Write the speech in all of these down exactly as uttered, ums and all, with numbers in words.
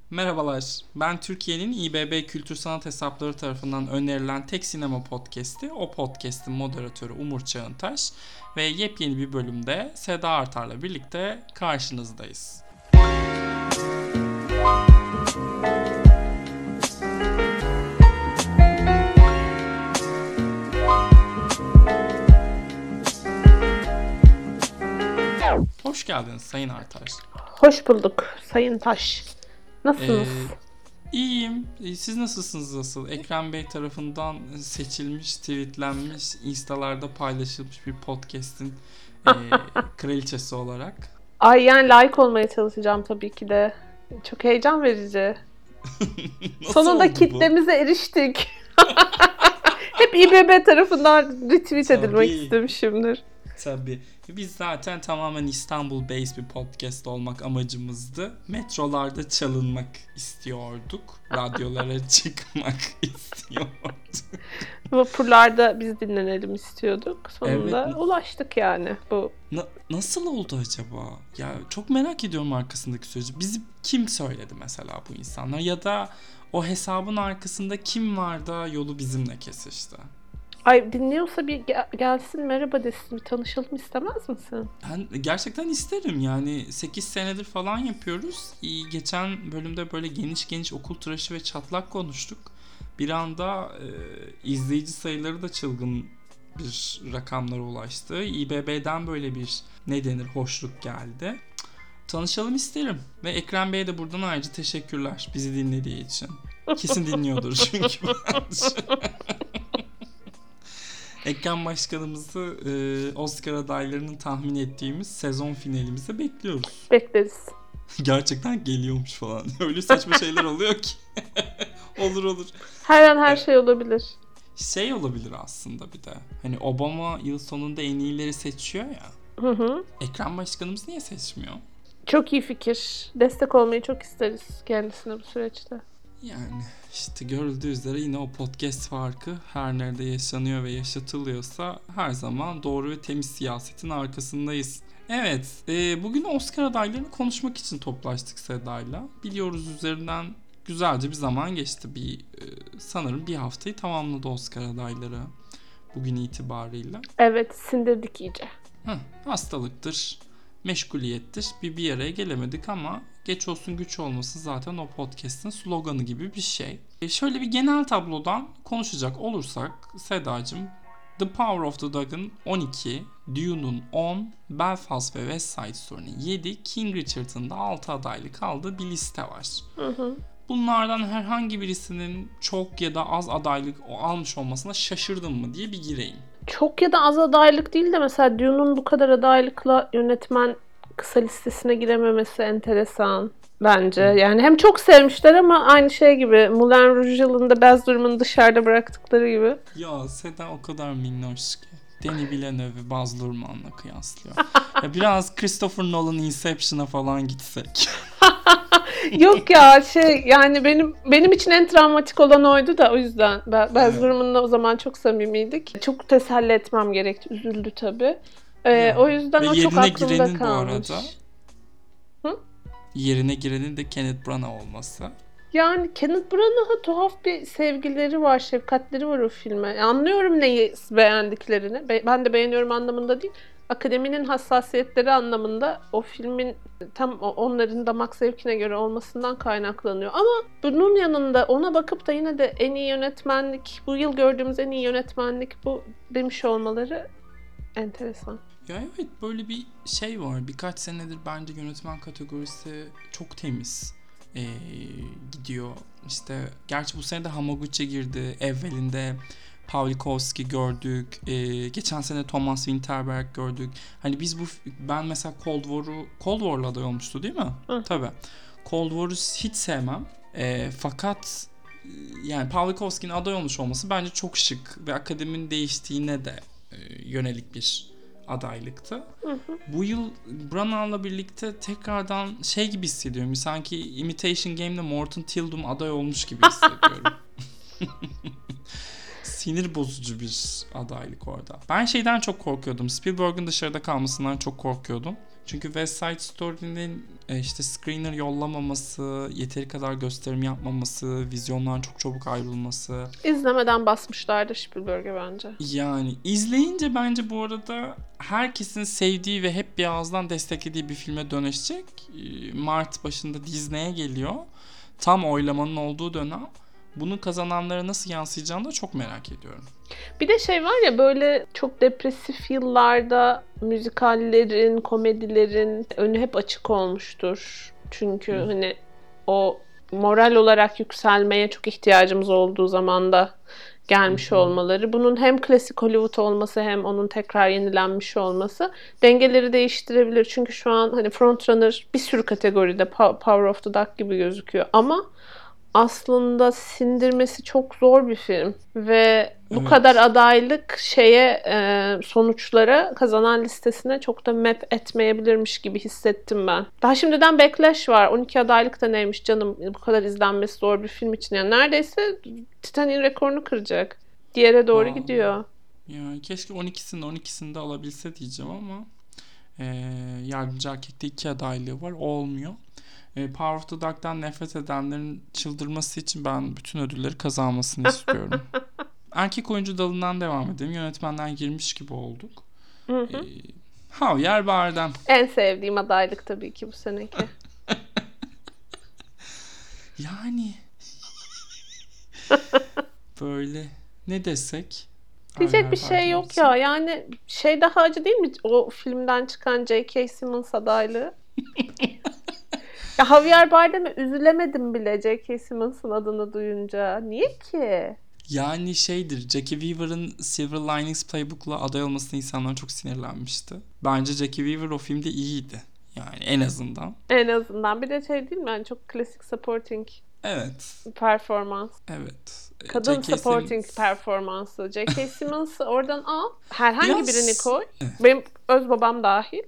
Merhabalar, ben Türkiye'nin İ B B Kültür Sanat Hesapları tarafından önerilen tek sinema podcast'i, o podcast'in moderatörü Umur Çağıntaş ve yepyeni bir bölümde Seda Artar'la birlikte karşınızdayız. Hoş geldiniz Sayın Artar. Hoş bulduk Sayın Taş. Nasılsınız? Ee, iyiyim. Siz nasılsınız nasıl? Ekrem Bey tarafından seçilmiş, tweetlenmiş, instalarda paylaşılmış bir podcast'in e, kraliçesi olarak. Ay yani layık olmaya çalışacağım tabii ki de. Çok heyecan verici. Sonunda kitlemize bu? eriştik. Hep İ B B tarafından retweet tabii edilmek istemişimdir. Tabii. Biz zaten tamamen İstanbul-based bir podcast olmak amacımızdı. Metrolarda çalınmak istiyorduk. Radyolara çıkmak istiyorduk. Vapurlarda biz dinlenelim istiyorduk. Sonunda evet. ulaştık yani. Bu. Na- nasıl oldu acaba? Ya çok merak ediyorum arkasındaki süreci. Bizi kim söyledi mesela bu insanlar? Ya da o hesabın arkasında kim var da yolu bizimle kesişti? Ay dinliyorsa bir gel- gelsin merhaba desin, bir tanışalım istemez misin? Ben gerçekten isterim yani sekiz senedir falan yapıyoruz. Geçen bölümde böyle geniş geniş okul tıraşı ve çatlak konuştuk. Bir anda e, izleyici sayıları da çılgın bir rakamlara ulaştı. İ B B'den böyle bir ne denir hoşluk geldi. Tanışalım isterim ve Ekrem Bey'e de buradan ayrıca teşekkürler bizi dinlediği için. Kesin dinliyordur çünkü bence. Ekrem Başkanımızı e, Oscar adaylarının tahmin ettiğimiz sezon finalimize bekliyoruz. Bekleriz. Gerçekten geliyormuş falan. Öyle saçma şeyler oluyor ki. olur olur. Her an her şey olabilir. Şey olabilir aslında bir de. Hani Obama yıl sonunda en iyileri seçiyor ya. Hı hı. Ekrem Başkanımız niye seçmiyor? Çok iyi fikir. Destek olmayı çok isteriz kendisine bu süreçte. Yani işte görüldüğü üzere yine o podcast farkı her nerede yaşanıyor ve yaşatılıyorsa her zaman doğru ve temiz siyasetin arkasındayız. Evet, e, bugün Oscar adaylarını konuşmak için toplaştık Seda'yla. Biliyoruz üzerinden güzelce bir zaman geçti. Bir e, sanırım bir haftayı tamamladı Oscar adayları bugün itibarıyla. Evet, sindirdik iyice. Hı, hastalıktır, meşguliyettir. Bir bir araya gelemedik ama geç olsun güç olmasın zaten o podcast'ın sloganı gibi bir şey. E şöyle bir genel tablodan konuşacak olursak Sedacığım, The Power of the Dog'ın on iki, Dune'un on, Belfast ve West Side Story'nin yedi, King Richard'ın da altı adaylı kaldığı bir liste var. Hı hı. Bunlardan herhangi birisinin çok ya da az adaylık almış olmasına şaşırdın mı diye bir gireyim. Çok ya da az adaylık değil de mesela Dune'un bu kadar adaylıkla yönetmen kısa listesine girememesi enteresan bence. Yani hem çok sevmişler ama aynı şey gibi Moulin Rouge yılında Baz Luhrmann'ı dışarıda bıraktıkları gibi. Ya Seda o kadar minnoş ki. Denis Villeneuve'ü Baz Luhrmann'la kıyaslıyor. Ya biraz Christopher Nolan Inception'a falan gitsek. Yok ya şey yani benim benim için en travmatik olan oydu da o yüzden Baz evet. Luhrmann'la o zaman çok samimiydik. Çok teselli etmem gerekti. Üzüldü tabii. Ee, o yüzden ve o çok aklımda kalmış. Bu arada, Hı? Yerine girenin de Kenneth Branagh olması. Yani Kenneth Branagh'a tuhaf bir sevgileri var, şefkatleri var o filme. Anlıyorum neyi beğendiklerini. Be- ben de beğeniyorum anlamında değil. Akademinin hassasiyetleri anlamında o filmin tam onların damak zevkine göre olmasından kaynaklanıyor. Ama bunun yanında ona bakıp da yine de en iyi yönetmenlik, bu yıl gördüğümüz en iyi yönetmenlik bu demiş olmaları enteresan. Ya evet böyle bir şey var. Birkaç senedir bence yönetmen kategorisi çok temiz ee, gidiyor. İşte gerçi bu sene de Hamaguchi girdi. Evvelinde Pawlikowski gördük. Ee, geçen sene Thomas Winterberg gördük. Hani biz bu ben mesela Cold War'u Cold War'la aday olmuştu değil mi? Hı. Tabii. Cold War'u hiç sevmem. Ee, fakat yani Pawlikowski'nin aday olmuş olması bence çok şık ve akademinin değiştiğine de e, yönelik bir adaylıktı. Hı hı. Bu yıl Branagh'la birlikte tekrardan şey gibi hissediyorum. Sanki Imitation Game'de Morton Tildum aday olmuş gibi hissediyorum. Sinir bozucu bir adaylık orada. Ben şeyden çok korkuyordum. Spielberg'in dışarıda kalmasından çok korkuyordum. Çünkü West Side Story'nin e, işte screener yollamaması, yeteri kadar gösterim yapmaması, vizyondan çok çabuk ayrılması. İzlemeden basmışlardı Spielberg'e bence. Yani izleyince bence bu arada herkesin sevdiği ve hep bir ağızdan desteklediği bir filme dönüşecek. E, Mart başında Disney'e geliyor. Tam oylamanın olduğu dönem. Bunun kazananlara nasıl yansıyacağını da çok merak ediyorum. Bir de şey var ya, böyle çok depresif yıllarda müzikallerin, komedilerin önü hep açık olmuştur. Çünkü Hı. hani o moral olarak yükselmeye çok ihtiyacımız olduğu zamanda gelmiş Hı. olmaları. Bunun hem klasik Hollywood olması hem onun tekrar yenilenmiş olması dengeleri değiştirebilir. Çünkü şu an hani frontrunner bir sürü kategoride Power of the Dog gibi gözüküyor ama aslında sindirmesi çok zor bir film ve bu evet. kadar adaylık şeye e, sonuçlara, kazanan listesine çok da map etmeyebilirmiş gibi hissettim ben. Daha şimdiden backlash var. on iki adaylık da neymiş canım, bu kadar izlenmesi zor bir film için. Yani neredeyse Titanic'in rekorunu kıracak. Diğere doğru Aa, gidiyor. Yani keşke on ikisinde on ikisinde alabilse diyeceğim ama e, yardımcı erkekte iki adaylığı var. O olmuyor. Power of the Dog'dan nefret edenlerin çıldırması için ben bütün ödülleri kazanmasını istiyorum. Erkek oyuncu dalından devam edelim. Yönetmenden girmiş gibi olduk. Hı hı. Ee, Javier Bardem. En sevdiğim adaylık tabii ki bu seneki. Yani böyle ne desek? Diyecek Javier bir şey Bardem yok için. Ya. Yani şey daha acı değil mi? O filmden çıkan J K. Simmons adaylığı. Ya Javier Bardem'e üzülemedim bile J K. Simmons'ın adını duyunca. Niye ki? Yani şeydir, Jackie Weaver'ın Silver Linings Playbook'la aday olmasına insanlar çok sinirlenmişti. Bence Jackie Weaver o filmde iyiydi. Yani en azından. En azından. Bir de şey değil mi? Yani çok klasik supporting evet. performans. Evet. Kadın J K. supporting Simmons. Performansı. J K. Simmons'ı oradan al. Herhangi Biraz... birini koy. Evet. Benim öz babam dahil.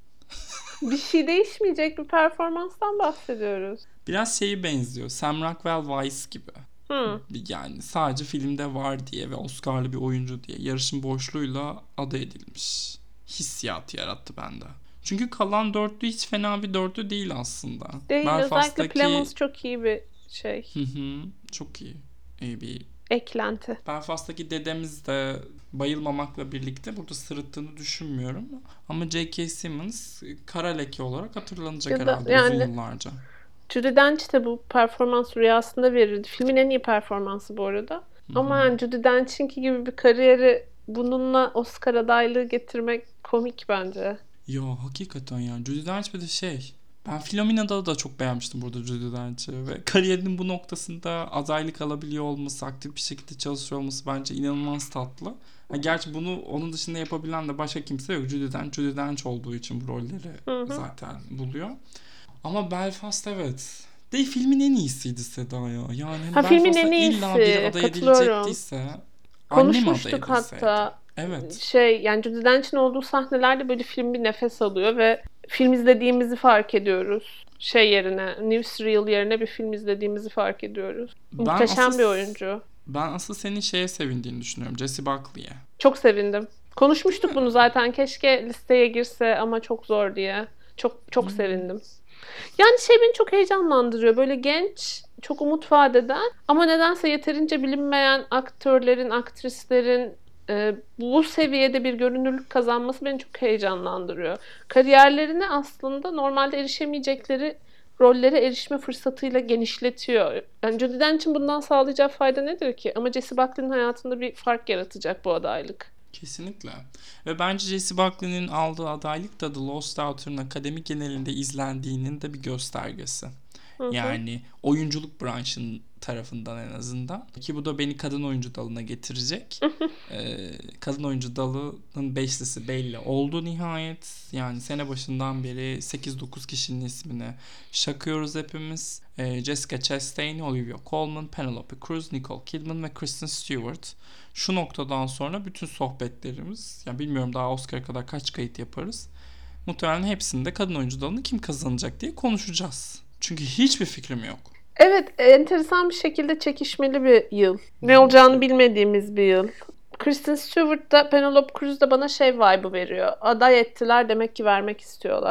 Bir şey değişmeyecek bir performanstan bahsediyoruz. Biraz şeyi benziyor. Sam Rockwell Vice gibi. Hmm. Yani sadece filmde var diye ve Oscar'lı bir oyuncu diye yarışın boşluğuyla aday edilmiş. Hissiyatı yarattı bende. Çünkü kalan dörtlü hiç fena bir dörtlü değil aslında. Değil. Özellikle Clemens çok iyi bir şey. Hı hı. Çok iyi. İyi bir eklenti. Belfast'taki dedemiz de bayılmamakla birlikte burada sırıttığını düşünmüyorum. Ama J K. Simmons kara leke olarak hatırlanacak ya herhalde yani, uzun yıllarca. Judi Dench de bu performans rüyasında verirdi. Filmin en iyi performansı bu arada. Hı-hı. Ama yani Judi Dench'inki gibi bir kariyeri bununla Oscar adaylığı getirmek komik bence. Ya hakikaten ya. Judi Dench bir de şey... Ben Philomena'da da çok beğenmiştim burada Judi Dench'i ve kariyerinin bu noktasında adaylık alabiliyor olması, aktif bir şekilde çalışıyor olması bence inanılmaz tatlı. Ha, gerçi bunu onun dışında yapabilen de başka kimse yok. Judi Dench, Judi Dench olduğu için bu rolleri hı hı. zaten buluyor. Ama Belfast evet. De filmin en iyisiydi Seda ya. Yani ha, filmin en iyisi. İlla bir aday edilecekse konuşmuştuk hatta. Evet. Şey yani Judi Dench'in olduğu sahnelerde böyle film bir nefes alıyor ve film izlediğimizi fark ediyoruz. Şey yerine, newsreel yerine bir film izlediğimizi fark ediyoruz. Ben Muhteşem asıl, bir oyuncu. Ben asıl senin şeye sevindiğini düşünüyorum. Jessie Buckley'e. Çok sevindim. Konuşmuştuk bunu zaten. Keşke listeye girse ama çok zor diye. Çok çok hmm. sevindim. Yani şey beni çok heyecanlandırıyor. Böyle genç, çok umut vaat eden ama nedense yeterince bilinmeyen aktörlerin, aktrislerin e, bu seviyede bir görünürlük kazanması beni çok heyecanlandırıyor. Kariyerlerini aslında normalde erişemeyecekleri rollere erişme fırsatıyla genişletiyor. Yani Judi Dench'in bundan sağlayacağı fayda nedir ki? Ama Jessie Buckley'nin hayatında bir fark yaratacak bu adaylık. Kesinlikle. Ve bence Jessie Buckley'nin aldığı adaylık da The Lost Daughter'ın akademik genelinde izlendiğinin de bir göstergesi. Hı hı. Yani oyunculuk branşının tarafından en azından. Ki bu da beni kadın oyuncu dalına getirecek. ee, kadın oyuncu dalının beşlisi belli oldu nihayet. Yani sene başından beri sekiz dokuz kişinin ismini şakıyoruz hepimiz. Ee, Jessica Chastain, Olivia Colman, Penelope Cruz, Nicole Kidman ve Kristen Stewart. Şu noktadan sonra bütün sohbetlerimiz, yani bilmiyorum daha Oscar'a kadar kaç kayıt yaparız. Muhtemelen hepsinde kadın oyuncu dalını kim kazanacak diye konuşacağız. Çünkü hiçbir fikrim yok. Evet, enteresan bir şekilde çekişmeli bir yıl. Ne olacağını bilmediğimiz bir yıl. Kristen Stewart da Penelope Cruz da bana şey vibe'ı veriyor. Aday ettiler demek ki vermek istiyorlar.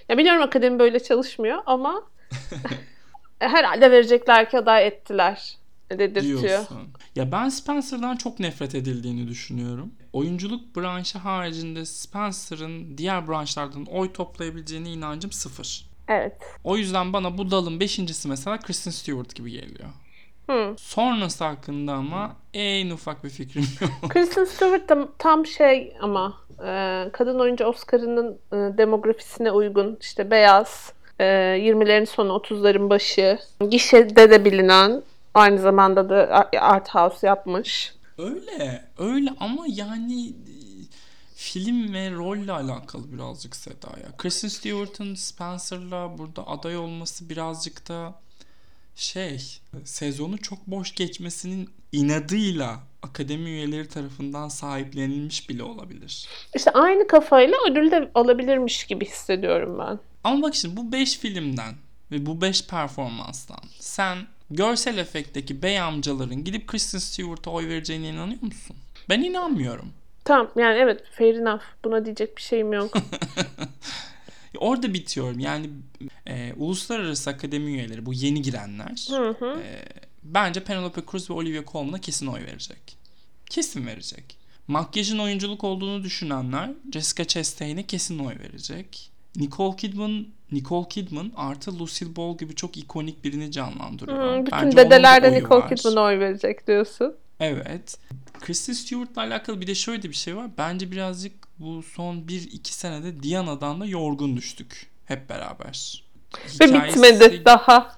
Ya biliyorum akademi böyle çalışmıyor ama herhalde verecekler ki aday ettiler dedirtiyor. Diyorsun. Ya ben Spencer'dan çok nefret edildiğini düşünüyorum. Oyunculuk branşı haricinde Spencer'ın diğer branşlardan oy toplayabileceğine inancım sıfır. Evet. O yüzden bana bu dalın beşincisi mesela Kristen Stewart gibi geliyor. Hmm. Sonrası hakkında ama en ufak bir fikrim yok. Kristen Stewart da tam şey ama e, kadın oyuncu Oscar'ının e, demografisine uygun, işte beyaz, e, yirmilerin sonu otuzların başı, gişede de bilinen, aynı zamanda da art house yapmış. Öyle, öyle ama yani e, film ve rolle alakalı birazcık Seda ya. Kristen Stewart'ın Spencer'la burada aday olması birazcık da şey, sezonu çok boş geçmesinin inadıyla akademi üyeleri tarafından sahiplenilmiş bile olabilir. İşte aynı kafayla ödül de alabilirmiş gibi hissediyorum ben. Ama bak şimdi bu beş filmden ve bu beş performanstan sen görsel efekteki bey amcaların gidip Kristen Stewart'a oy vereceğine inanıyor musun? Ben inanmıyorum. Tamam, yani evet, fair enough. Buna diyecek bir şeyim yok. Orada bitiyorum. Yani e, uluslararası akademi üyeleri, bu yeni girenler Hı hı. e, bence Penelope Cruz ve Olivia Colman'a kesin oy verecek. Kesin verecek. Makyajın oyunculuk olduğunu düşünenler Jessica Chastain'e kesin oy verecek. Nicole Kidman Nicole Kidman artı Lucille Ball gibi çok ikonik birini canlandırıyor. Hmm, bütün Bence dedeler de onun da oyu Nicole var. Kidman'a oy verecek diyorsun. Evet. Kristen Stewart'la alakalı bir de şöyle bir şey var. Bence birazcık bu son bir iki senede Diana'dan da yorgun düştük. Hep beraber. Ve bitmedi daha.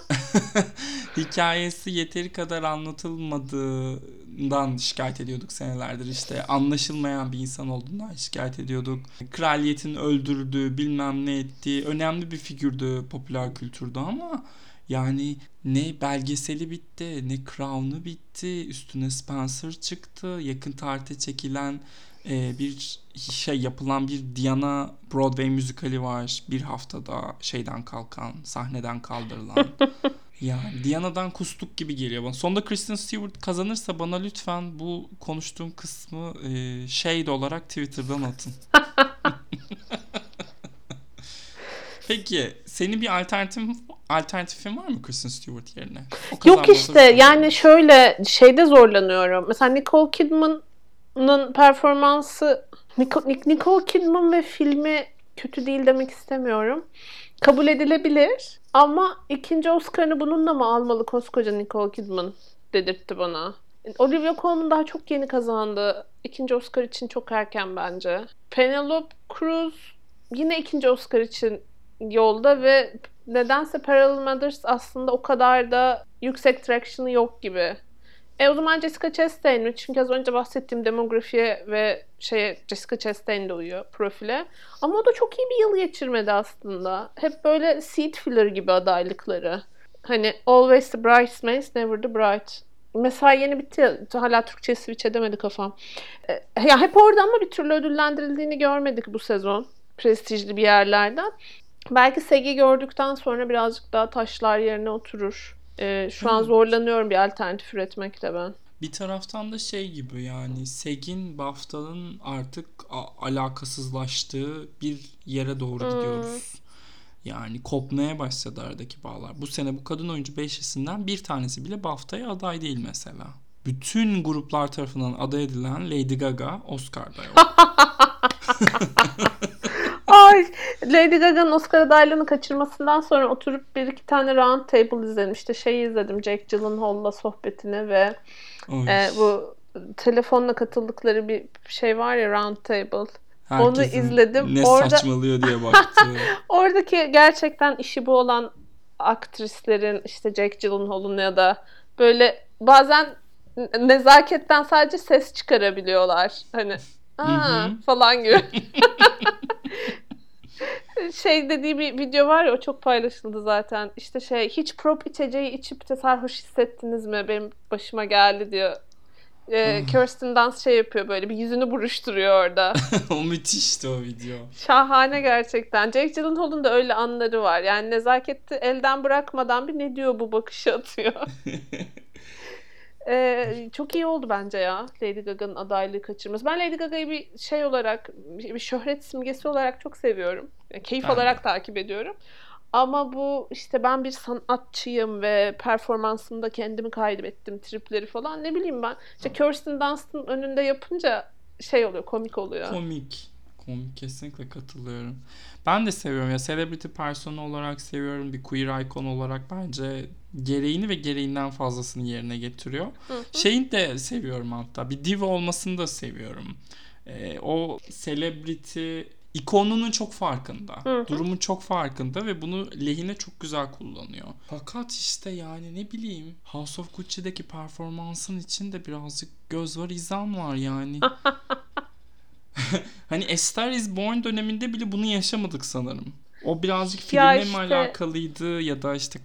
Hikayesi yeteri kadar anlatılmadığından şikayet ediyorduk senelerdir. İşte anlaşılmayan bir insan olduğundan şikayet ediyorduk. Kraliyetin öldürdüğü, bilmem ne ettiği önemli bir figürdü popüler kültürde ama yani ne belgeseli bitti, ne Crown'u bitti, üstüne Spencer çıktı, yakın tarihte çekilen e, bir şey yapılan bir Diana Broadway müzikali var. Bir haftada şeyden kalkan, sahneden kaldırılan. Yani Diana'dan kustuk gibi geliyor bana. Sonunda Kristen Stewart kazanırsa bana lütfen bu konuştuğum kısmı e, shade olarak Twitter'dan atın. Peki senin bir alternatif alternatifin var mı Kristen Stewart yerine? O Yok işte, yani şöyle şeyde zorlanıyorum. Mesela Nicole Kidman'ın performansı, Nicole, Nicole Kidman ve filmi kötü değil demek istemiyorum. Kabul edilebilir ama ikinci Oscar'ını bununla mı almalı koskoca Nicole Kidman dedirtti bana. Olivia Colman daha çok yeni kazandı. İkinci Oscar için çok erken bence. Penelope Cruz yine ikinci Oscar için yolda ve nedense Parallel Mothers aslında o kadar da yüksek traction'ı yok gibi. E o zaman Jessica Chastain mi? Çünkü az önce bahsettiğim demografiye ve şeye Jessica Chastain de uyuyor profile. Ama o da çok iyi bir yıl geçirmedi aslında. Hep böyle seat filler gibi adaylıkları. Hani Always the Bridesmaids, Never the Bride. Mesela yeni bitti. Hala Türkçe switch edemedi kafam. E, ya hep orada ama bir türlü ödüllendirildiğini görmedik bu sezon. Prestijli bir yerlerden. Belki Seg'i gördükten sonra birazcık daha taşlar yerine oturur. Ee, şu an zorlanıyorum bir alternatif üretmekte ben. Bir taraftan da şey gibi, yani Seg'in BAFTA'nın artık a- alakasızlaştığı bir yere doğru Hmm. gidiyoruz. Yani kopmaya başladı aradaki bağlar. Bu sene bu kadın oyuncu beşlisinden bir tanesi bile BAFTA'ya aday değil mesela. Bütün gruplar tarafından aday edilen Lady Gaga Oscar'da yok. Ay, Lady Gaga'nın Oscar adaylığını kaçırmasından sonra oturup bir iki tane round table izledim. İşte şeyi izledim, Jake Gyllenhaal'la sohbetini ve e, bu telefonla katıldıkları bir şey var ya, round table. Herkesin onu izledim. Ne Orada... saçmalıyor diye baktı. Oradaki gerçekten işi bu olan aktrislerin, işte Jake Gyllenhaal'ın ya da böyle bazen nezaketten sadece ses çıkarabiliyorlar. Hani aa falan gibi. Şey dediği bir video var ya, o çok paylaşıldı zaten. İşte şey, hiç prop içeceği içip de sarhoş hissettiniz mi? Benim başıma geldi diyor. Ee, Kirsten Dunst şey yapıyor, böyle bir yüzünü buruşturuyor orada. O müthişti o video. Şahane gerçekten. Jake Gyllenhaal'ın da öyle anları var. Yani nezaketi elden bırakmadan bir ne diyor bu bakışı atıyor. Ee, çok iyi oldu bence ya Lady Gaga'nın adaylığı kaçırması. Ben Lady Gaga'yı bir şey olarak, bir şöhret simgesi olarak çok seviyorum. Yani keyif Ben olarak de. takip ediyorum. Ama bu işte ben bir sanatçıyım ve performansımda kendimi kaybettim tripleri falan ne bileyim ben. İşte Kirsten Dunst'ın önünde yapınca şey oluyor, komik oluyor. Komik. Komik, kesinlikle katılıyorum. Ben de seviyorum ya, celebrity persona olarak seviyorum. Bir queer icon olarak bence gereğini ve gereğinden fazlasını yerine getiriyor. Hı hı. Şeyi de seviyorum hatta. Bir diva olmasını da seviyorum. Ee, o celebrity ikonunun çok farkında. Hı hı. Durumun çok farkında ve bunu lehine çok güzel kullanıyor. Fakat işte yani ne bileyim, House of Gucci'deki performansın içinde birazcık göz var, izan var yani. Hani A Star Is Born döneminde bile bunu yaşamadık sanırım. O birazcık Ya filmle mi işte alakalıydı ya da işte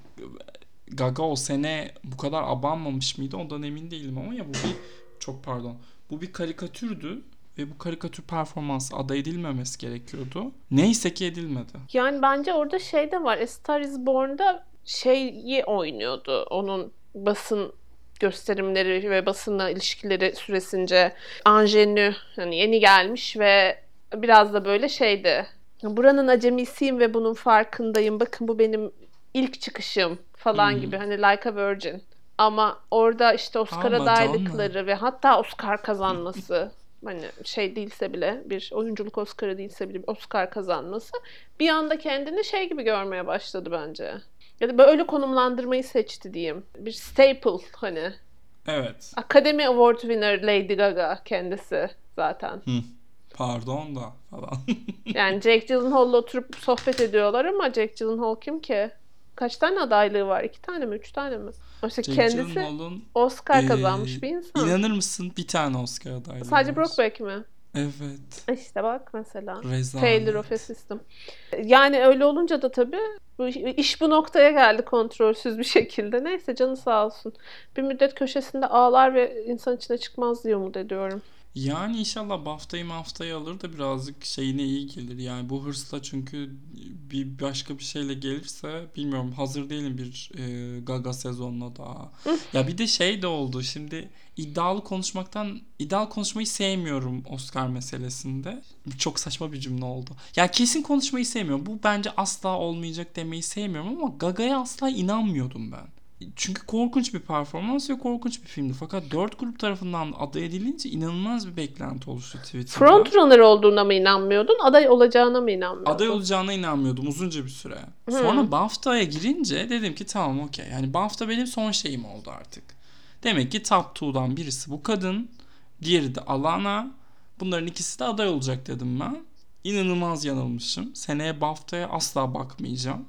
Gaga o sene bu kadar abanmamış mıydı, ondan emin değilim ama ya bu bir çok pardon bu bir karikatürdü ve bu karikatür performansı aday edilmemesi gerekiyordu. Neyse ki edilmedi. yani bence orada şey de var. A Star Is Born'da şeyi oynuyordu. Onun basın gösterimleri ve basınla ilişkileri süresince Ingenue hani yeni gelmiş ve biraz da böyle şeydi. Buranın acemisiyim ve bunun farkındayım. Bakın bu benim ilk çıkışım falan Hmm. gibi. Hani Like a Virgin. Ama orada işte Oscar Ama canım. adaylıkları ve hatta Oscar kazanması hani şey değilse bile bir oyunculuk Oscar'ı değilse bile bir Oscar kazanması bir anda kendini şey gibi görmeye başladı bence. Ya da böyle konumlandırmayı seçti diyeyim. Bir staple hani. Evet. Academy Award winner Lady Gaga kendisi zaten. Hı. Pardon da falan. Yani Jake Gyllenhaal'la oturup sohbet ediyorlar ama Jake Gyllenhaal kim ki? Kaç tane adaylığı var? İki tane mi? Üç tane mi? Oysa Jake kendisi Gyllenhaal'ın Oscar eee kazanmış bir insan. inanır mısın bir tane Oscar adaylığı Sadece var. Brokeback mi? Evet. İşte bak mesela. Failure of a Rezalet. System. Yani öyle olunca da tabii bu iş bu noktaya geldi kontrolsüz bir şekilde. Neyse canı sağ olsun. Bir müddet köşesinde ağlar ve insan içine çıkmaz diye umut ediyorum. Yani inşallah BAFTA'yı maftayı alır da birazcık şeyine iyi gelir. Yani bu hırsla, çünkü bir başka bir şeyle gelirse bilmiyorum, hazır değilim bir e, Gaga sezonuna daha. Ya bir de şey de oldu şimdi, iddialı konuşmaktan iddialı konuşmayı sevmiyorum Oscar meselesinde. Çok saçma bir cümle oldu. Ya kesin konuşmayı sevmiyorum. Bu bence asla olmayacak demeyi sevmiyorum ama Gaga'ya asla inanmıyordum ben. Çünkü korkunç bir performans ve korkunç bir filmdi. Fakat dört grup tarafından aday edilince inanılmaz bir beklenti oluştu Twitter'da. Frontrunner olduğuna mı inanmıyordun? Aday olacağına mı Aday inanmıyordun? olacağına inanmıyordum uzunca bir süre. Hmm. Sonra BAFTA'ya girince dedim ki tamam, okey. Yani BAFTA benim son şeyim oldu artık. Demek ki top iki'dan birisi bu kadın. Diğeri de Alana. Bunların ikisi de aday olacak dedim ben. İnanılmaz yanılmışım. Seneye BAFTA'ya asla bakmayacağım.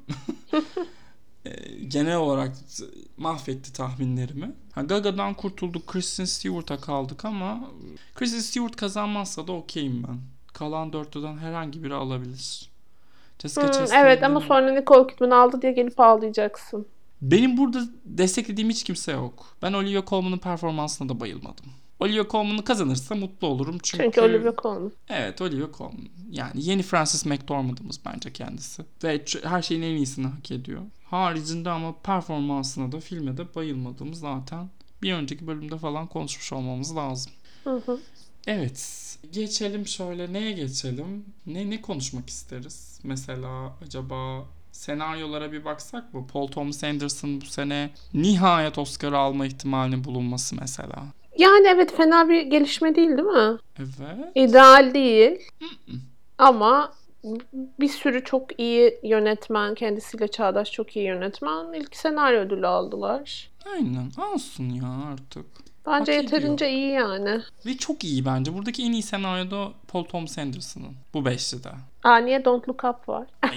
Genel olarak mahvetti tahminlerimi. Ha, Gaga'dan kurtulduk, Kristen Stewart'a kaldık ama Kristen Stewart kazanmazsa da okeyim ben. Kalan dörtlüden herhangi biri alabilir. Jessica Hmm, evet ama Chastain'in sonra Nicole Kidman aldı diye gelip ağlayacaksın. benim burada desteklediğim hiç kimse yok. Ben Olivia Colman'ın performansına da bayılmadım. Olivia Colman'ı kazanırsa mutlu olurum çünkü Çünkü Olivia Colman. evet, Olivia Colman. Yani yeni Frances McDormand'ımız bence kendisi. Ve her şeyin en iyisini hak ediyor. Haricinde ama performansına da filme de bayılmadığımız zaten bir önceki bölümde falan konuşmuş olmamız lazım. Hı hı. Evet. Geçelim şöyle, neye geçelim? Ne ne konuşmak isteriz? Mesela acaba senaryolara bir baksak mı? Paul Thomas Anderson bu sene nihayet Oscar'ı alma ihtimalinin bulunması mesela. Yani evet fena bir gelişme değil değil mi? Evet. İdeal değil ama bir sürü çok iyi yönetmen, kendisiyle çağdaş çok iyi yönetmen ilk senaryo ödülü aldılar. Aynen. Olsun ya artık. Bence Hak ediyor. yeterince iyi yani. Ve çok iyi bence. Buradaki en iyi senaryo da Paul Thomas Anderson'ın. Bu beşlide. Aa niye Don't Look Up var? Ay,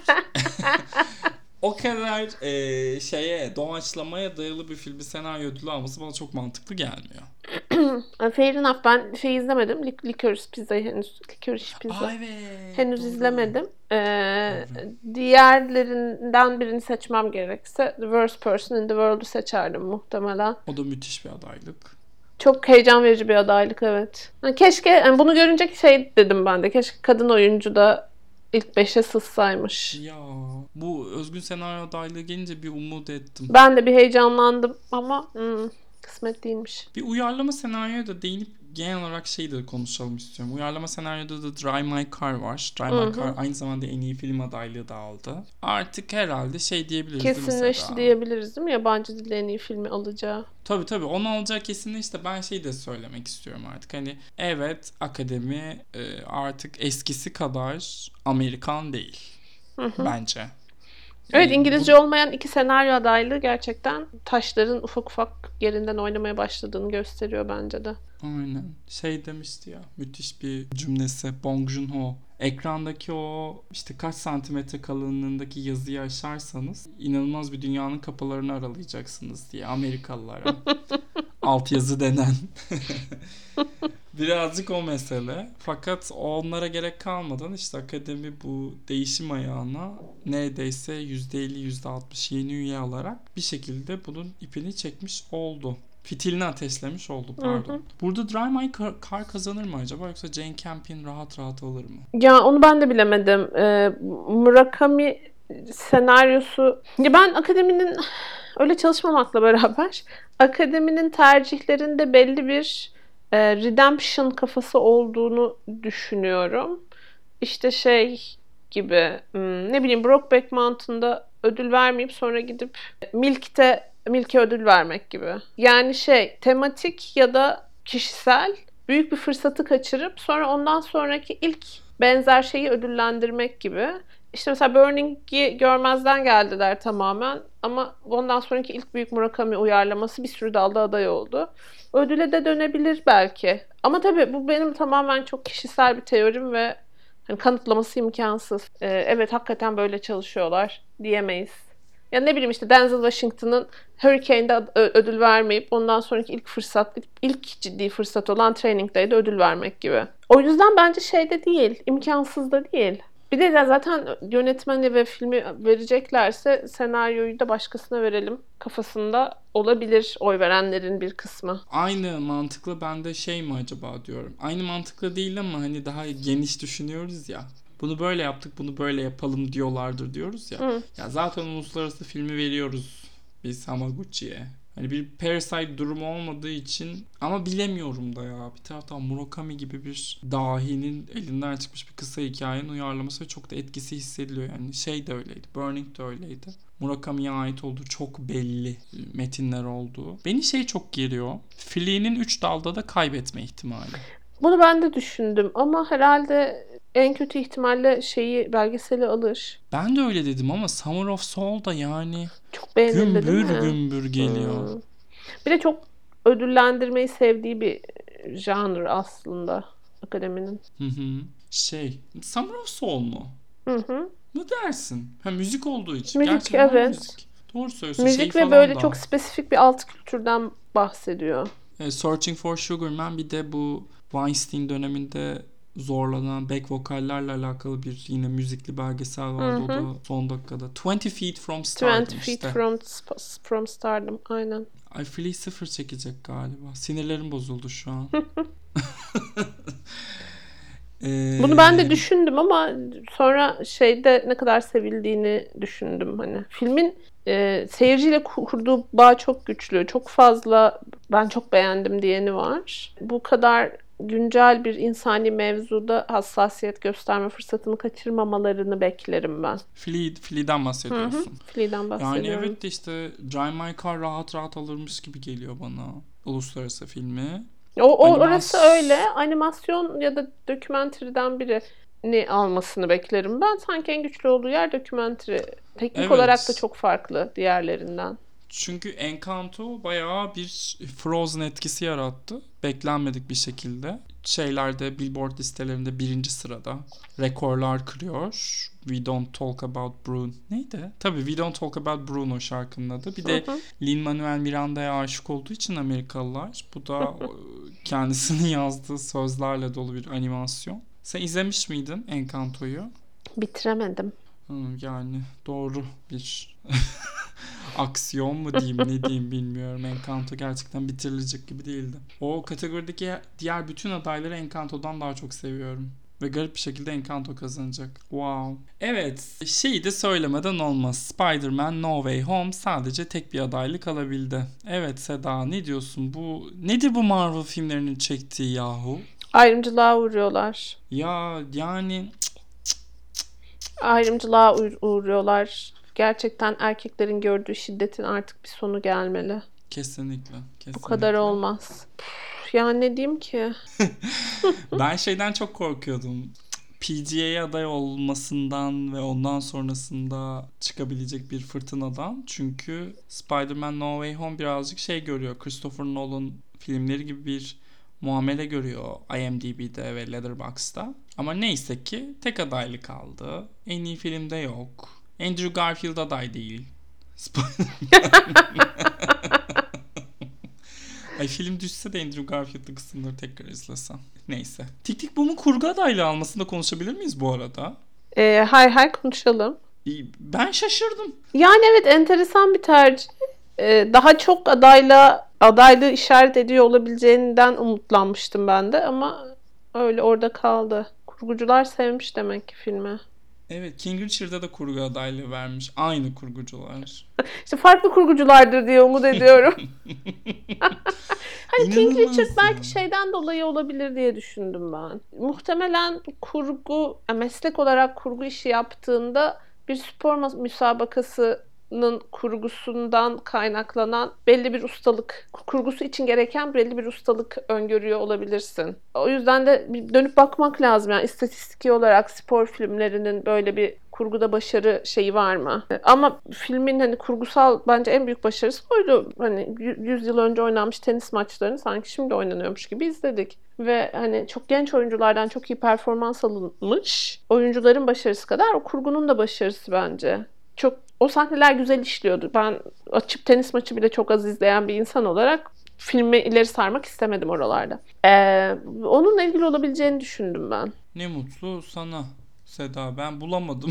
o kadar e, şeye, doğaçlamaya dayalı bir filmi senaryo ödülü alması bana çok mantıklı gelmiyor. Fair enough. Ben şey izlemedim. Lic- Licorice Pizza'yı henüz. Licorice Pizza. Aa, evet. Henüz Doğru. izlemedim. Ee, Doğru. diğerlerinden birini seçmem gerekse The Worst Person in the World'u seçerdim muhtemelen. O da müthiş bir adaylık. Çok heyecan verici bir adaylık evet. Yani keşke yani bunu görünce şey dedim ben de. Keşke kadın oyuncu da ilk beşe sızsaymış. Ya bu özgün senaryo adaylığı gelince bir umut ettim. Ben de bir heyecanlandım ama hmm, kısmet değilmiş. Bir uyarlama senaryoya da değinip genel olarak şeyi de konuşalım istiyorum. Uyarlama senaryoda da Drive My Car var. Drive Hı My Car hı. aynı zamanda en iyi film adaylığı da aldı. Artık herhalde şey diyebiliriz değil mi Kesinleşti Seda? diyebiliriz değil mi? Yabancı dilde en iyi filmi alacağı. Tabii tabii onu alacağı kesinleşti. Ben şey de söylemek istiyorum artık. Hani evet akademi e, artık eskisi kadar Amerikan değil. Hı hı. Bence. Evet, E, İngilizce bu olmayan iki senaryo adaylığı gerçekten taşların ufak ufak yerinden oynamaya başladığını gösteriyor bence de. aynen. Şey demişti ya müthiş bir cümlesi Bong Joon-ho. Ekrandaki o işte kaç santimetre kalınlığındaki yazıyı aşarsanız inanılmaz bir dünyanın kapılarını aralayacaksınız diye Amerikalılara. Altyazı denen. Birazcık o mesele. Fakat onlara gerek kalmadan işte akademi bu değişim ayağına neredeyse yüzde elli yüzde altmış yeni üye alarak bir şekilde bunun ipini çekmiş oldu. Fitilini ateşlemiş oldu pardon. Hı hı. Burada Drive My Car, Car kazanır mı acaba yoksa Jane Campion rahat rahat alır mı? Ya onu ben de bilemedim. Ee, Murakami senaryosu... Ya ben akademinin öyle çalışmamakla beraber akademinin tercihlerinde belli bir e, redemption kafası olduğunu düşünüyorum. İşte şey gibi hmm, ne bileyim Brokeback Mountain'da ödül vermeyip sonra gidip Milk'te Milk'e ödül vermek gibi. Yani şey tematik ya da kişisel büyük bir fırsatı kaçırıp sonra ondan sonraki ilk benzer şeyi ödüllendirmek gibi. İşte mesela Burning'i görmezden geldiler tamamen ama ondan sonraki ilk büyük Murakami uyarlaması bir sürü dalda aday oldu. Ödüle de dönebilir belki. Ama tabii bu benim tamamen çok kişisel bir teorim ve hani kanıtlaması imkansız. Ee, evet hakikaten böyle çalışıyorlar diyemeyiz. Ya ne bileyim işte Denzel Washington'ın Hurricane'de ödül vermeyip ondan sonraki ilk fırsat, ilk ciddi fırsat olan Training Day'de ödül vermek gibi. O yüzden bence şeyde değil, imkansız da değil. Bir de zaten yönetmeni ve filmi vereceklerse senaryoyu da başkasına verelim kafasında olabilir oy verenlerin bir kısmı. Aynı mantıkla ben de şey mi acaba diyorum. Aynı mantıkla değil ama hani daha geniş düşünüyoruz ya. Bunu böyle yaptık, bunu böyle yapalım diyorlardır diyoruz ya. Hı. Ya zaten uluslararası filmi veriyoruz biz Hamaguchi'ye. Hani bir Parasite durumu olmadığı için ama bilemiyorum da ya. Bir taraftan Murakami gibi bir dahinin elinden çıkmış bir kısa hikayenin uyarlaması ve çok da etkisi hissediliyor. Yani şey de öyleydi. Burning de öyleydi. Murakami'ye ait olduğu çok belli metinler olduğu. Beni şey çok geriyor. Flea'nin üç dalda da kaybetme ihtimali. Bunu ben de düşündüm ama herhalde en kötü ihtimalle şeyi belgeseli alır. Ben de öyle dedim ama Summer of Soul da yani Çok beğenildi değil gümbür mi? gümbür geliyor. Hmm. Bir de çok ödüllendirmeyi sevdiği bir janr aslında akademinin. Hı hı. Şey, Summer of Soul mu? Hı hı. Ne dersin? Ha müzik olduğu için. Müzik Gerçekten evet. müzik. Doğru söylüyorsun. Müzik şey ve falan böyle da. çok spesifik bir alt kültürden bahsediyor. E, Searching for Sugar Man bir de bu Weinstein döneminde zorlanan back vokallerle alakalı bir yine müzikli belgesel vardı. Hı hı. O da son dakikada. twenty Feet from Stardom twenty Feet işte. from, from Stardom. Aynen. Ay Flea sıfır çekecek galiba. Sinirlerim bozuldu şu an. Ee, Bunu ben de düşündüm ama sonra şeyde ne kadar sevildiğini düşündüm. Hani filmin e, seyirciyle kurduğu bağ çok güçlü. Çok fazla ben çok beğendim diyeni var. Bu kadar güncel bir insani mevzuda hassasiyet gösterme fırsatını kaçırmamalarını beklerim ben. Flea, Flea'den bahsediyorsun. Hı hı. Flea'den bahsediyorum. Yani evet de işte Drive My Car rahat rahat alırmış gibi geliyor bana. Uluslararası filmi. O, o Animas... orası öyle. Animasyon ya da dokümenteriden birini almasını beklerim. Ben sanki en güçlü olduğu yer dokümenteri. Teknik Evet. olarak da çok farklı diğerlerinden. Çünkü Encanto bayağı bir Frozen etkisi yarattı. Beklenmedik bir şekilde. Şeylerde Billboard listelerinde birinci sırada. Rekorlar kırıyor. We Don't Talk About Bruno. Neydi? Tabii We Don't Talk About Bruno şarkının adı. Bir de Lin-Manuel Miranda'ya aşık olduğu için Amerikalılar. Bu da kendisinin yazdığı sözlerle dolu bir animasyon. Sen izlemiş miydin Encanto'yu? Bitiremedim. Yani doğru bir aksiyon mu diyeyim ne diyeyim bilmiyorum. Encanto gerçekten bitirilecek gibi değildi. O kategorideki diğer bütün adayları Encanto'dan daha çok seviyorum. Ve garip bir şekilde Encanto kazanacak. Wow. Evet, şeyi de söylemeden olmaz. Spider-Man No Way Home sadece tek bir adaylık alabildi. Evet Seda, ne diyorsun? Bu nedir bu Marvel filmlerinin çektiği yahu? Ayrımcılığa uğruyorlar. Ya yani Ayrımcılığa uğ- uğruyorlar. Gerçekten erkeklerin gördüğü şiddetin artık bir sonu gelmeli. kesinlikle, kesinlikle. Bu kadar olmaz. Puh, ya ne diyeyim ki? Ben şeyden çok korkuyordum. P G A aday olmasından ve ondan sonrasında çıkabilecek bir fırtınadan. Çünkü Spider-Man No Way Home birazcık şey görüyor. Christopher Nolan filmleri gibi bir muamele görüyor IMDb'de ve Letterboxd'da. Ama neyse ki tek adaylık kaldı. En iyi filmde yok. Andrew Garfield aday değil. Ay film düşse de Andrew Garfield'lı kısımları tekrar izlesem. Neyse. Tik Tik Boom'un kurgu adaylığı almasını da konuşabilir miyiz bu arada? Ee, hay hay konuşalım. Ben şaşırdım. Yani evet, enteresan bir tercih. Ee, daha çok adayla adaylığı işaret ediyor olabileceğinden umutlanmıştım ben de ama öyle orada kaldı. Kurgucular sevmiş demek ki filmi. Evet, King Richard'a da kurgu adaylığı vermiş. Aynı kurgucular. İşte farklı kurguculardır diye umut ediyorum. Hani King İnanılmaz Richard ya. belki şeyden dolayı olabilir diye düşündüm ben. Muhtemelen kurgu, meslek olarak kurgu işi yaptığında bir spor mas- müsabakasının kurgusundan kaynaklanan belli bir ustalık, kurgusu için gereken belli bir ustalık öngörüyor olabilirsin. O yüzden de bir dönüp bakmak lazım. Yani istatistiki olarak spor filmlerinin böyle bir kurguda başarı şeyi var mı? Ama filmin hani kurgusal bence en büyük başarısı oydu. Hani yüz yıl önce oynanmış tenis maçlarını sanki şimdi oynanıyormuş gibi izledik. Ve hani çok genç oyunculardan çok iyi performans alınmış. Oyuncuların başarısı kadar o kurgunun da başarısı bence. Çok o sahneler güzel işliyordu. Ben açıp tenis maçı bile çok az izleyen bir insan olarak filmi ileri sarmak istemedim oralarda. Ee, onunla ilgili olabileceğini düşündüm ben. Ne mutlu sana Seda. Ben bulamadım.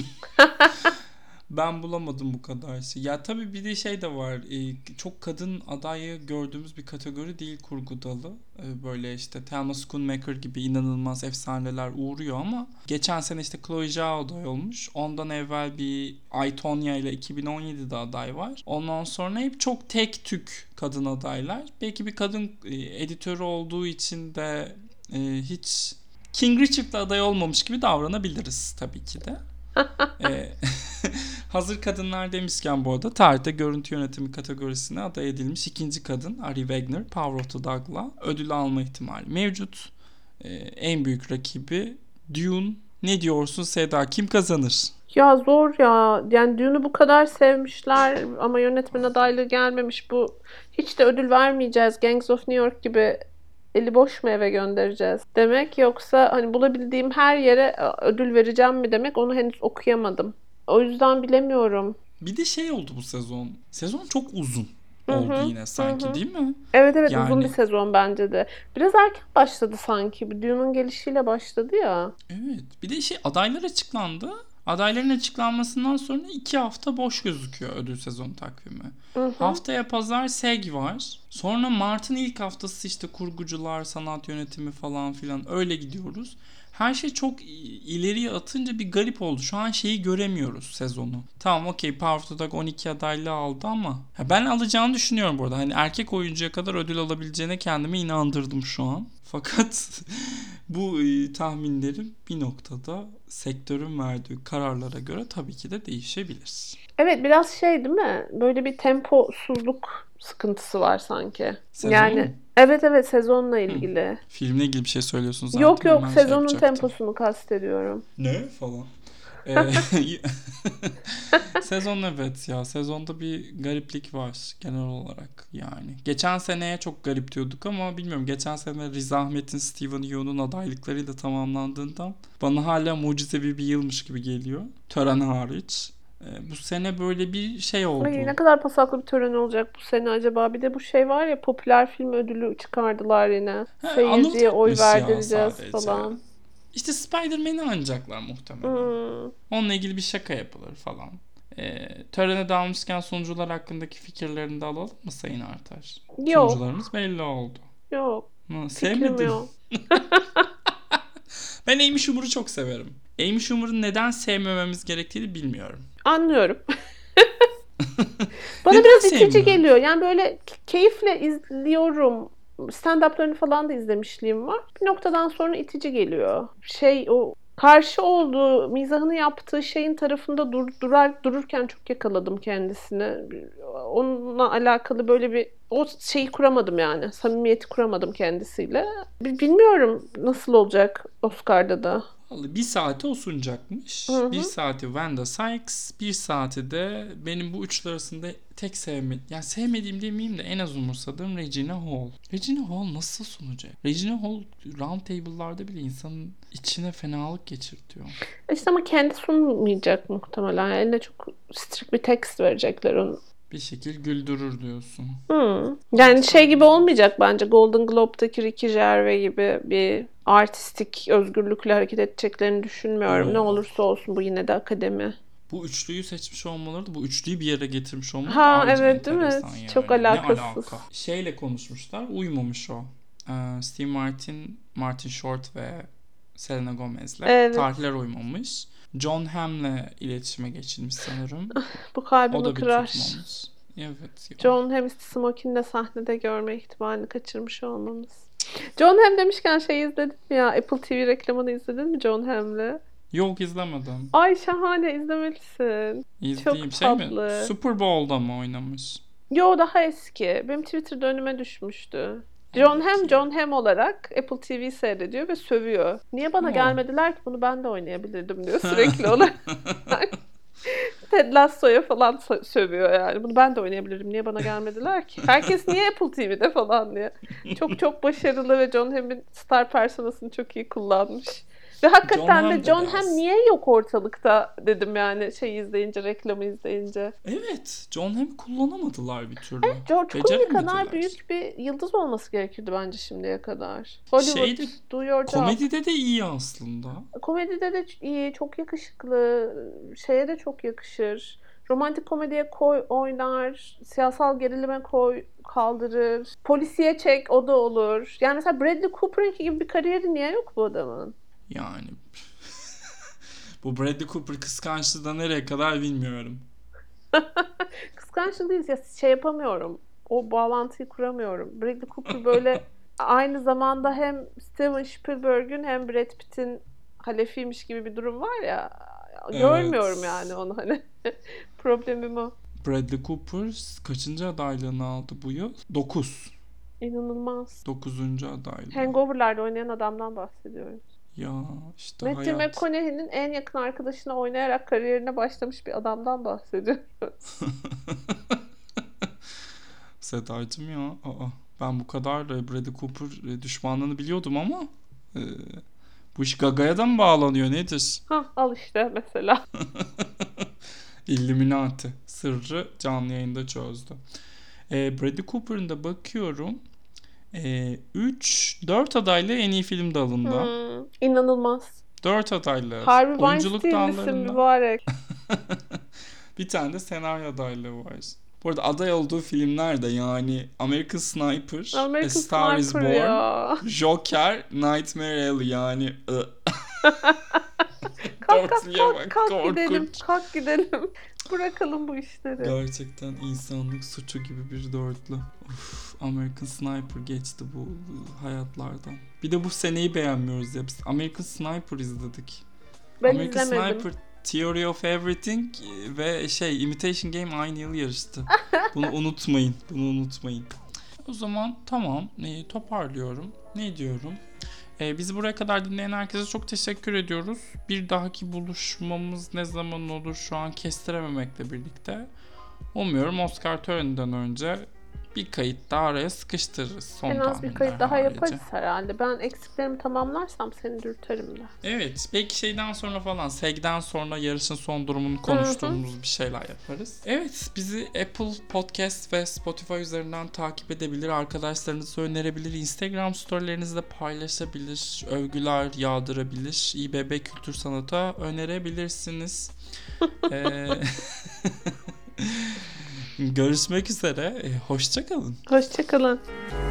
Ben bulamadım bu kadar şey. Ya tabii bir de şey de var. E, çok kadın adayı gördüğümüz bir kategori değil kurgu dalı. E, böyle işte Thelma Schoonmaker gibi inanılmaz efsaneler uğruyor ama geçen sene işte Chloe Zhao aday olmuş. Ondan evvel bir I, Tonya ile iki bin on yedide aday var. Ondan sonra hep çok tek tük kadın adaylar. Belki bir kadın e, editörü olduğu için de e, hiç King Richard'la aday olmamış gibi davranabiliriz tabii ki de. ee, hazır kadınlar demişken bu arada tarihte görüntü yönetimi kategorisine aday edilmiş ikinci kadın Ari Wegner Power of the Dog'la ödül alma ihtimali mevcut. Ee, en büyük rakibi Dune. Ne diyorsun Seda? Kim kazanır? Ya zor ya. Yani Dune'u bu kadar sevmişler ama yönetmen adaylığı gelmemiş. Bu hiç de ödül vermeyeceğiz. Gangs of New York gibi eli boş mu eve göndereceğiz demek, yoksa hani bulabildiğim her yere ödül vereceğim mi demek, onu henüz okuyamadım. O yüzden bilemiyorum. Bir de şey oldu bu sezon. Sezon çok uzun Hı oldu hı, yine sanki hı hı. değil mi? Evet evet, uzun bir Yani sezon bence de. Biraz erken başladı sanki. Dune'un gelişiyle başladı ya. evet. Bir de şey adaylar açıklandı. Adayların açıklanmasından sonra iki hafta boş gözüküyor ödül sezonu takvimi. Hı hı. Haftaya pazar S E G var. Sonra Mart'ın ilk haftası işte kurgucular, sanat yönetimi falan filan öyle gidiyoruz. Her şey çok ileriye atınca bir garip oldu. Şu an şeyi göremiyoruz sezonu. Tamam okey Power of the Dog on iki adaylı aldı ama ben alacağını düşünüyorum bu arada. Hani erkek oyuncuya kadar ödül alabileceğine kendimi inandırdım şu an. Fakat bu e, tahminlerim bir noktada sektörün verdiği kararlara göre tabii ki de değişebilir. Evet, biraz şey değil mi? Böyle bir temposuzluk sıkıntısı var sanki. Sezon Yani mu? evet evet, sezonla Hı. ilgili. Filmle ilgili bir şey söylüyorsun zaten. Yok yok, Hemen şey sezonun yapacaktım. temposunu kastediyorum. Ne falan. Ee, Sezon evet ya. Sezonda bir gariplik var genel olarak yani. Geçen seneye çok garip diyorduk ama bilmiyorum. Geçen sene Riz Ahmet'in, Steven Yeun'un adaylıklarıyla tamamlandığından bana hala mucizevi bir yılmış gibi geliyor. Tören hariç. Ee, bu sene böyle bir şey oldu. Ay, ne kadar pasaklı bir tören olacak bu sene acaba? Bir de bu şey var ya, popüler film ödülü çıkardılar yine. He, Seyirciye oy anılacakmış ya verdireceğiz sadece. falan. İşte Spider-Man'i anacaklar muhtemelen. Hmm. Onunla ilgili bir şaka yapılır falan. Ee, törene dalmışken sunucular hakkındaki fikirlerini de alalım mı Sayın Artar? Yok. Sunucularımız belli oldu. Yok. Hı, Fikrim sevmedin. yok. Ben Amy Schumer'ı çok severim. Amy Schumer'ı neden sevmememiz gerektiğini bilmiyorum. Anlıyorum. Bana Neden biraz itici sevmiyoruz? geliyor. Yani böyle keyifle izliyorum. Stand-up'larını falan da izlemişliğim var. Bir noktadan sonra itici geliyor. Şey o karşı olduğu, mizahını yaptığı şeyin tarafında dur, durar dururken çok yakaladım kendisini. Onunla alakalı böyle bir o şeyi kuramadım yani. Samimiyeti kuramadım kendisiyle. Bilmiyorum nasıl olacak Oscar'da da. Vallahi bir saate o sunacakmış. Hı hı. Bir saati Wanda Sykes, bir saati de benim bu üçlü arasında tek sevmediğim, yani sevmediğim demeyeyim de en az umursadığım Regina Hall. Regina Hall nasıl sunacak? Regina Hall round table'larda bile insanın içine fenalık geçirtiyor. İşte ama kendi sunmayacak muhtemelen. Yani eline çok strict bir text verecekler onun. Bir şekil güldürür diyorsun. Hmm. Yani şey gibi olmayacak bence. Golden Globe'daki Ricky Gervais gibi bir artistik özgürlükle hareket edeceklerini düşünmüyorum. Oo. Ne olursa olsun bu yine de akademi. Bu üçlüyü seçmiş olmaları da bu üçlüyü bir yere getirmiş olmaları Ha, ayrıca evet, değil mi? enteresan yani. Çok Ne alakasız. alaka? Şeyle konuşmuşlar, uymamış o. Ee, Steve Martin, Martin Short ve Selena Gomez'le Evet. tarihler uymamış. John Hamm'le iletişime geçilmiş sanırım. Bu O kalbimi da bir kırar. tutmamış. Evet. Ya. John Hamm'i Smoking'de sahnede görme ihtimalini kaçırmış olmamız. John Hamm demişken şey izledin mi ya? Apple T V reklamını izledin mi John Hamm'le? Yok, izlemedim. Ay şahane, izlemelisin. İzleyeyim. Çok Şey mi? tatlı. Super Bowl'da mı oynamış? Yo, daha eski. Benim Twitter'da önüme düşmüştü. John Hamm, John Hamm olarak Apple T V seyrediyor ve sövüyor. Niye bana Aa. gelmediler ki, bunu ben de oynayabilirdim diyor sürekli olarak. Ted Lasso'ya falan sö- sövüyor yani. Bunu ben de oynayabilirim. Niye bana gelmediler ki? Herkes niye Apple T V'de falan diye. Çok çok başarılı ve John Hamm'in star personasını çok iyi kullanmış. Ve hakikaten John de Hamm John de Hamm biraz. niye yok ortalıkta dedim yani şey izleyince, reklamı izleyince. Evet. John Hamm'i kullanamadılar bir türlü. George Clooney kadar Beceremediler. büyük bir yıldız olması gerekirdi bence şimdiye kadar. Hollywood, Şeyde, do your job. komedide de iyi aslında. Komedide de iyi, çok yakışıklı, şeye de çok yakışır. Romantik komediye koy, oynar, siyasal gerilime koy, kaldırır. Polisiye çek, o da olur. Yani mesela Bradley Cooper'ınki gibi bir kariyeri niye yok bu adamın? Yani bu Bradley Cooper kıskançlığı da nereye kadar bilmiyorum. Kıskançlık değil ya, şey yapamıyorum. O bağlantıyı kuramıyorum. Bradley Cooper böyle aynı zamanda hem Steven Spielberg'ün hem Brad Pitt'in halefiymiş gibi bir durum var ya. Evet. Görmüyorum yani onu hani. Problemim o. Bradley Cooper kaçıncı adaylığını aldı bu yıl? dokuz. İnanılmaz. dokuzuncu adaylığı. Hangover'larda oynayan adamdan bahsediyoruz. Ya işte Matthew hayat. McConaughey'nin en yakın arkadaşına oynayarak kariyerine başlamış bir adamdan bahsediyoruz. Sedacığım ya. Aa, ben bu kadar da Bradley Cooper düşmanlığını biliyordum ama e, bu iş Gaga'ya da mı bağlanıyor, nedir? Hah, al işte mesela. Illuminati sırrı canlı yayında çözdü. E, Bradley Cooper'ın da bakıyorum e, üç dört adaylı en iyi film dalında. Hmm, inanılmaz. dört adaylı Harvey oyunculuk Weinstein misin dallarında. mübarek? Bir tane de senaryo adaylığı var. Bu arada aday olduğu filmler de yani American Sniper, American A Star Is Sniper Born, ya. Joker, Nightmare Alley yani. Kalk kalk Dörtlüye kalk, bak, kalk korkunç. gidelim. Kalk gidelim. Bırakalım bu işleri. Gerçekten insanlık suçu gibi bir dörtlü. Uf, American Sniper geçti bu hayatlardan. Bir de bu seneyi beğenmiyoruz ya. Biz American Sniper izledik. Ben American izlemedim. Sniper, Theory of Everything ve şey Imitation Game aynı yıl yarıştı. Bunu unutmayın. Bunu unutmayın. O zaman tamam. E, toparlıyorum. Ne diyorum? E, bizi buraya kadar dinleyen herkese çok teşekkür ediyoruz. Bir dahaki buluşmamız ne zaman olur şu an kestirememekle birlikte. Umuyorum Oscar töreninden önce bir kayıt daha araya sıkıştırırız. Son En az bir kayıt tahminler daha harici. yaparız herhalde. Ben eksiklerimi tamamlarsam seni dürterim de. Evet. Belki şeyden sonra falan, S E G'den sonra yarışın son durumunu konuştuğumuz bir şeyler yaparız. Evet. Bizi Apple Podcast ve Spotify üzerinden takip edebilir. Arkadaşlarınıza önerebilir. Instagram storylerinizde paylaşabilir. Övgüler yağdırabilir. İBB Kültür Sanat'a önerebilirsiniz. ee, görüşmek üzere. Hoşça kalın. Hoşça kalın.